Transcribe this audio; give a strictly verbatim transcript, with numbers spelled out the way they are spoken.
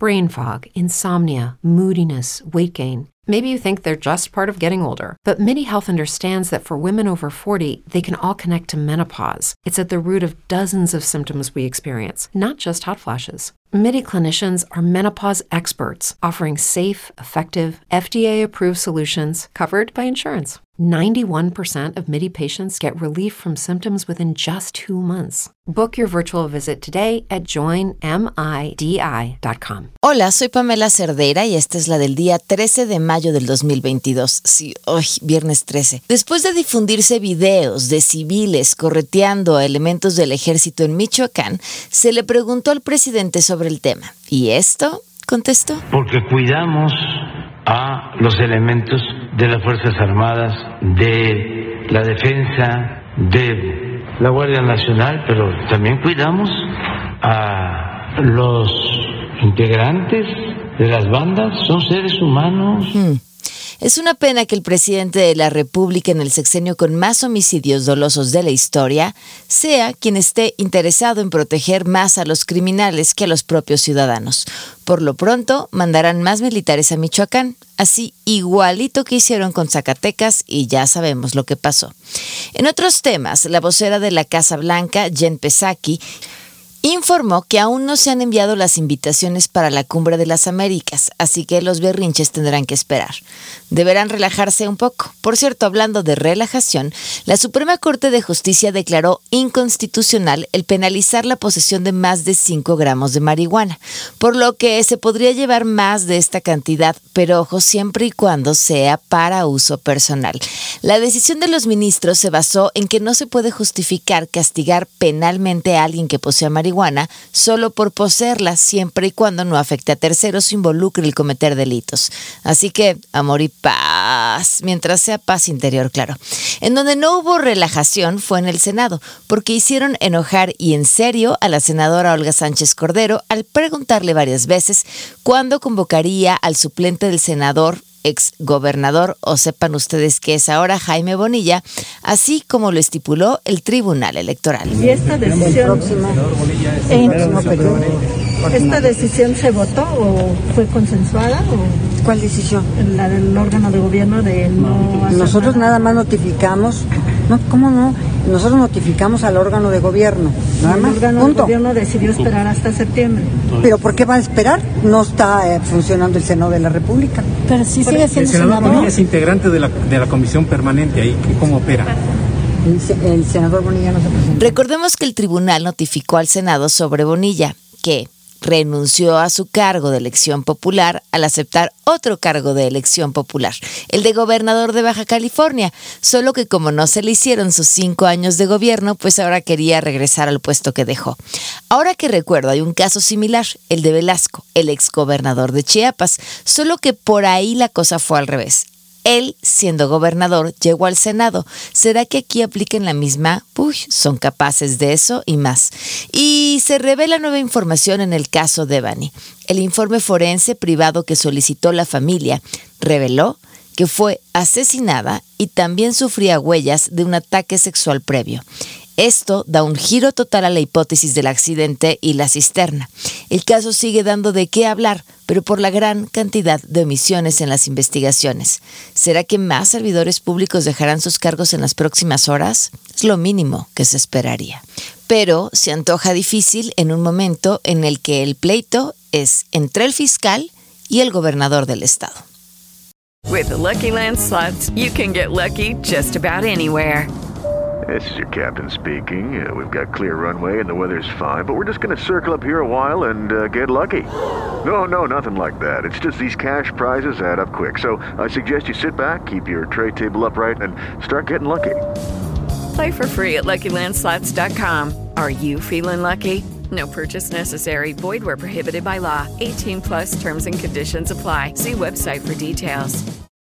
brain fog, insomnia, moodiness, weight gain. Maybe you think they're just part of getting older, but MIDI Health understands that for women over forty, they can all connect to menopause. It's at the root of dozens of symptoms we experience, not just hot flashes. MIDI clinicians are menopause experts, offering safe, effective, F D A-approved solutions covered by insurance. ninety-one percent of MIDI patients get relief from symptoms within just two months. Book your virtual visit today at join midi dot com. Hola, soy Pamela Cerdeira y esta es la del día trece de mayo del dos mil veintidós. Sí, hoy, viernes trece. Después de difundirse videos de civiles correteando a elementos del ejército en Michoacán, se le preguntó al presidente sobre el tema. ¿Y esto? Contestó. Porque cuidamos a los elementos de las Fuerzas Armadas, de la defensa, de la Guardia Nacional, pero también cuidamos a los integrantes de las bandas, son seres humanos. Hmm. Es una pena que el presidente de la República en el sexenio con más homicidios dolosos de la historia sea quien esté interesado en proteger más a los criminales que a los propios ciudadanos. Por lo pronto, mandarán más militares a Michoacán, así igualito que hicieron con Zacatecas y ya sabemos lo que pasó. En otros temas, la vocera de la Casa Blanca, Jen Psaki, informó que aún no se han enviado las invitaciones para la Cumbre de las Américas, así que los berrinches tendrán que esperar. Deberán relajarse un poco. Por cierto, hablando de relajación, la Suprema Corte de Justicia declaró inconstitucional el penalizar la posesión de más de cinco gramos de marihuana, por lo que se podría llevar más de esta cantidad, pero ojo, siempre y cuando sea para uso personal. La decisión de los ministros se basó en que no se puede justificar castigar penalmente a alguien que posea marihuana solo por poseerla, siempre y cuando no afecte a terceros o involucre el cometer delitos. Así que, amor y paz, mientras sea paz interior, claro. En donde no hubo relajación fue en el Senado, porque hicieron enojar y en serio a la senadora Olga Sánchez Cordero al preguntarle varias veces cuándo convocaría al suplente del senador ex gobernador, o sepan ustedes que es ahora Jaime Bonilla, así como lo estipuló el Tribunal Electoral. Y esta decisión, en, ¿esta decisión se votó o fue consensuada? O ¿cuál decisión? La del órgano de gobierno de no hacer Nosotros nada. nada más notificamos, no, ¿cómo no? Nosotros notificamos al órgano de gobierno, nada el más, órgano punto. de gobierno decidió esperar hasta septiembre. ¿Pero por qué va a esperar? No está eh, funcionando el Senado de la República. Pero sí sigue siendo el senador senador. Bonilla es integrante de la, de la comisión permanente ahí, ¿cómo opera? El, el senador Bonilla no se presenta. Recordemos que el tribunal notificó al Senado sobre Bonilla, que renunció a su cargo de elección popular al aceptar otro cargo de elección popular, el de gobernador de Baja California, solo que como no se le hicieron sus cinco años de gobierno, pues ahora quería regresar al puesto que dejó. Ahora que recuerdo, hay un caso similar, el de Velasco, el exgobernador de Chiapas, solo que por ahí la cosa fue al revés. Él, siendo gobernador, llegó al Senado. ¿Será que aquí apliquen la misma? Uy, son capaces de eso y más. Y se revela nueva información en el caso Devani. El informe forense privado que solicitó la familia reveló que fue asesinada y también sufría huellas de un ataque sexual previo. Esto da un giro total a la hipótesis del accidente y la cisterna. El caso sigue dando de qué hablar, pero por la gran cantidad de omisiones en las investigaciones. ¿Será que más servidores públicos dejarán sus cargos en las próximas horas? Es lo mínimo que se esperaría. Pero se antoja difícil en un momento en el que el pleito es entre el fiscal y el gobernador del estado. With the Lucky Land Slots, you can get lucky just about anywhere. This is your captain speaking. Uh, we've got clear runway and the weather's fine, but we're just going to circle up here a while and uh, get lucky. No, no, nothing like that. It's just these cash prizes add up quick. So I suggest you sit back, keep your tray table upright, and start getting lucky. Play for free at lucky land slots dot com. Are you feeling lucky? No purchase necessary. Void where prohibited by law. eighteen plus terms and conditions apply. See website for details.